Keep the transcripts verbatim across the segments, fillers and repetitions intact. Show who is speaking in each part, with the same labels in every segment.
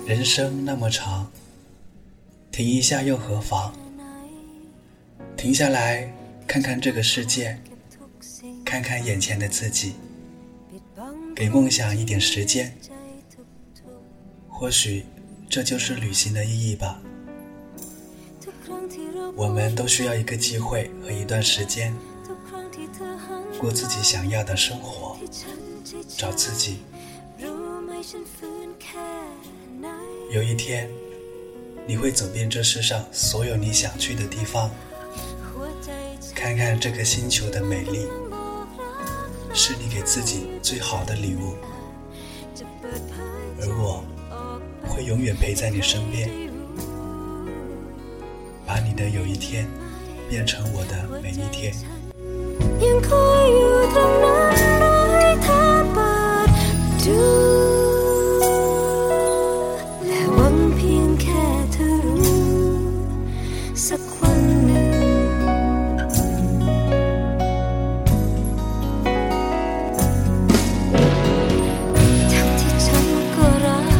Speaker 1: 人生那么长，停一下又何妨？停下来看看这个世界，看看眼前的自己，给梦想一点时间，或许这就是旅行的意义吧。我们都需要一个机会和一段时间，过自己想要的生活，找自己。有一天，你会走遍这世上所有你想去的地方，看看这个星球的美丽，是你给自己最好的礼物。而我会永远陪在你身边，把你的有一天变成我的每一天。
Speaker 2: ยังคอยอยู่ตรงนั้นรอให้เธอเปิดดูและหวังเพียงแค่เธอรู้สักวันหนึ่งทั้งที่ฉันก็รัก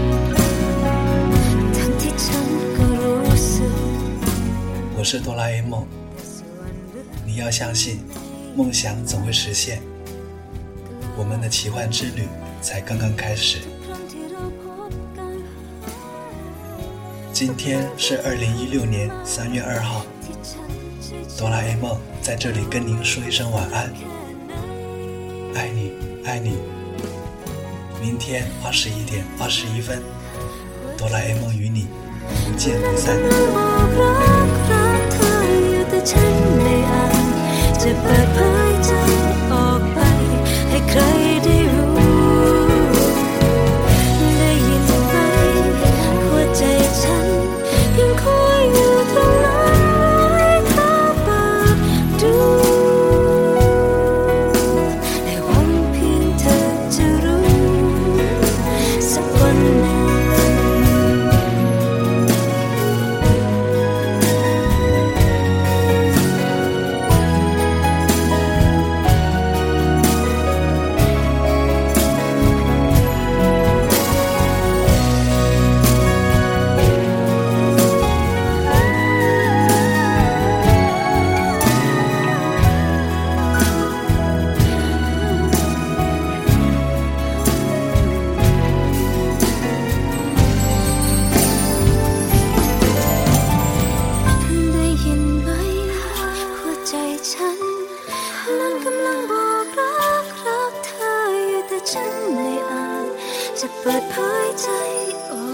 Speaker 2: ทั้งที่ฉันก็รู้สึก
Speaker 1: 我是哆啦 A 梦，你要相信梦想总会实现，我们的奇幻之旅才刚刚开始。今天是二零一六年三月二号，哆啦 A 梦在这里跟您说一声晚安，爱你爱你。明天二十一点二十一分，哆啦 A 梦与你不见不散。
Speaker 2: ฉันไม่อาจจะเปิดเผยใจออกไปให้ใครได้รู้ได้ยินไหมหัวใจฉันยังคอยอยู่ตรงนั้นให้เธอเปิดดูและหวังเพียงเธอจะรู้สักวันหนึ่งนั้นกำลังบอกรักรักเธออยู่แต่ฉันไม่อาจจะเปิดเผยใจออก